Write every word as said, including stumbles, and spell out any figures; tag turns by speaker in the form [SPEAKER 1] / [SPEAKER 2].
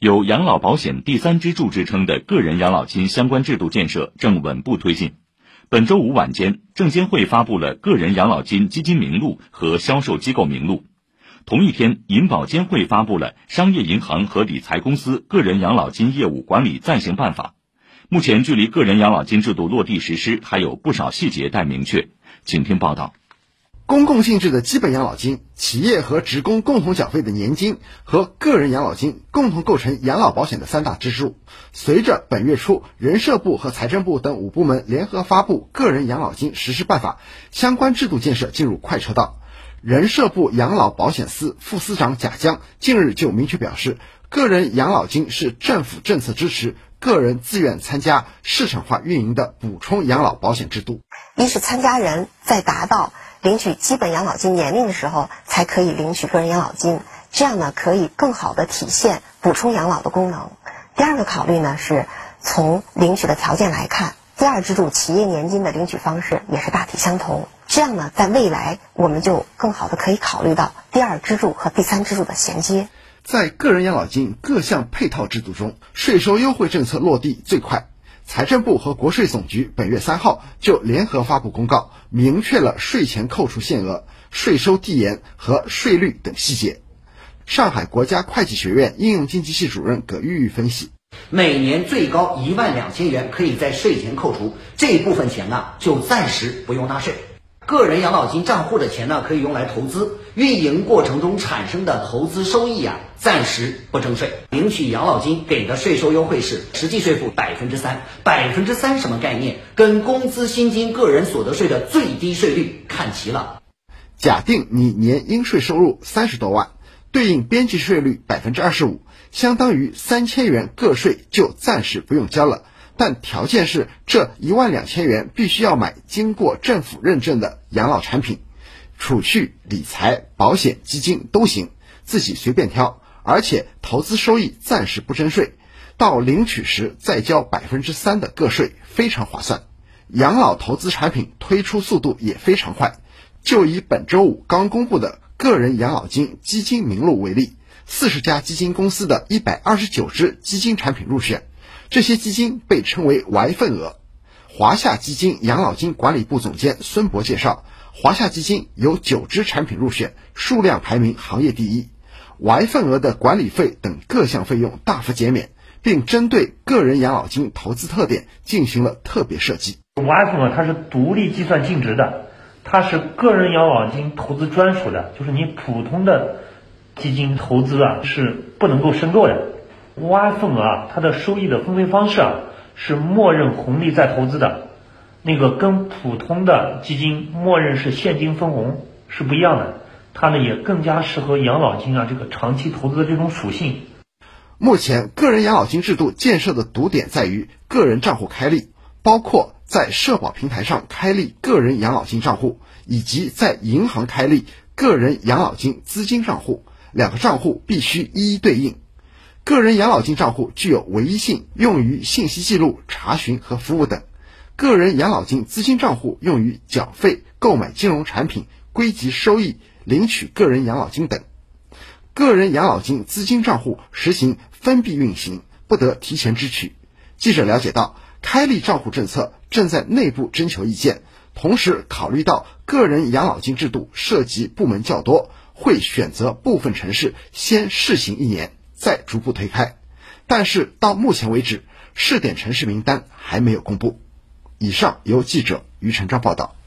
[SPEAKER 1] 有养老保险第三支柱之称的个人养老金相关制度建设正稳步推进。本周五晚间，证监会发布了个人养老金基金名录和销售机构名录。同一天，银保监会发布了《商业银行和理财公司个人养老金业务管理暂行办法》。目前距离个人养老金制度落地实施还有不少细节待明确。请听报道。
[SPEAKER 2] 公共性质的基本养老金、企业和职工共同缴费的年金和个人养老金共同构成养老保险的三大支柱。随着本月初人社部和财政部等五部门联合发布《个人养老金实施办法》，相关制度建设进入快车道。人社部养老保险司副司长贾江近日就明确表示，个人养老金是政府政策支持个人自愿参加市场化运营的补充养老保险制度。
[SPEAKER 3] 一是参加人在达到领取基本养老金年龄的时候才可以领取个人养老金，这样呢可以更好的体现补充养老的功能。第二个考虑呢是从领取的条件来看，第二支柱企业年金的领取方式也是大体相同，这样呢在未来我们就更好的可以考虑到第二支柱和第三支柱的衔接。
[SPEAKER 2] 在个人养老金各项配套制度中，税收优惠政策落地最快。财政部和国税总局本月三号就联合发布公告，明确了税前扣除限额、税收递延和税率等细节。上海国家会计学院应用经济系主任葛玉玉分析，
[SPEAKER 4] 每年最高一万两千元可以在税前扣除，这一部分钱呢就暂时不用纳税。个人养老金账户的钱呢可以用来投资，运营过程中产生的投资收益啊暂时不征税。领取养老金给的税收优惠是实际税负百分之三，百分之三什么概念？跟工资薪金个人所得税的最低税率看齐了。
[SPEAKER 2] 假定你年应税收入三十多万，对应边际税率百分之二十五，相当于三千元个税就暂时不用交了。但条件是这一万两千元必须要买经过政府认证的养老产品，储蓄、理财、保险、基金都行，自己随便挑，而且投资收益暂时不征税，到领取时再交百分之三的个税，非常划算。养老投资产品推出速度也非常快，就以本周五刚公布的个人养老金基金名录为例，四十家基金公司的一百二十九只基金产品入选。这些基金被称为 Y 份额。华夏基金养老金管理部总监孙博介绍，华夏基金有九只产品入选，数量排名行业第一。Y 份额的管理费等各项费用大幅减免，并针对个人养老金投资特点进行了特别设计。
[SPEAKER 5] Y 份额它是独立计算净值的，它是个人养老金投资专属的，就是你普通的基金投资啊是不能够申购的。Y 份额啊，它的收益的分配方式啊是默认红利再投资的，那个跟普通的基金默认是现金分红是不一样的，它呢也更加适合养老金啊这个长期投资的这种属性。
[SPEAKER 2] 目前个人养老金制度建设的独点在于个人账户开立，包括在社保平台上开立个人养老金账户，以及在银行开立个人养老金资金账户，两个账户必须一一对应。个人养老金账户具有唯一性，用于信息记录、查询和服务等。个人养老金资金账户用于缴费、购买金融产品、归集收益、领取个人养老金等。个人养老金资金账户实行分闭运行，不得提前支取。记者了解到，开立账户政策正在内部征求意见，同时考虑到个人养老金制度涉及部门较多，会选择部分城市先试行一年，再逐步推开。但是到目前为止，试点城市名单还没有公布。以上由记者于成章报道。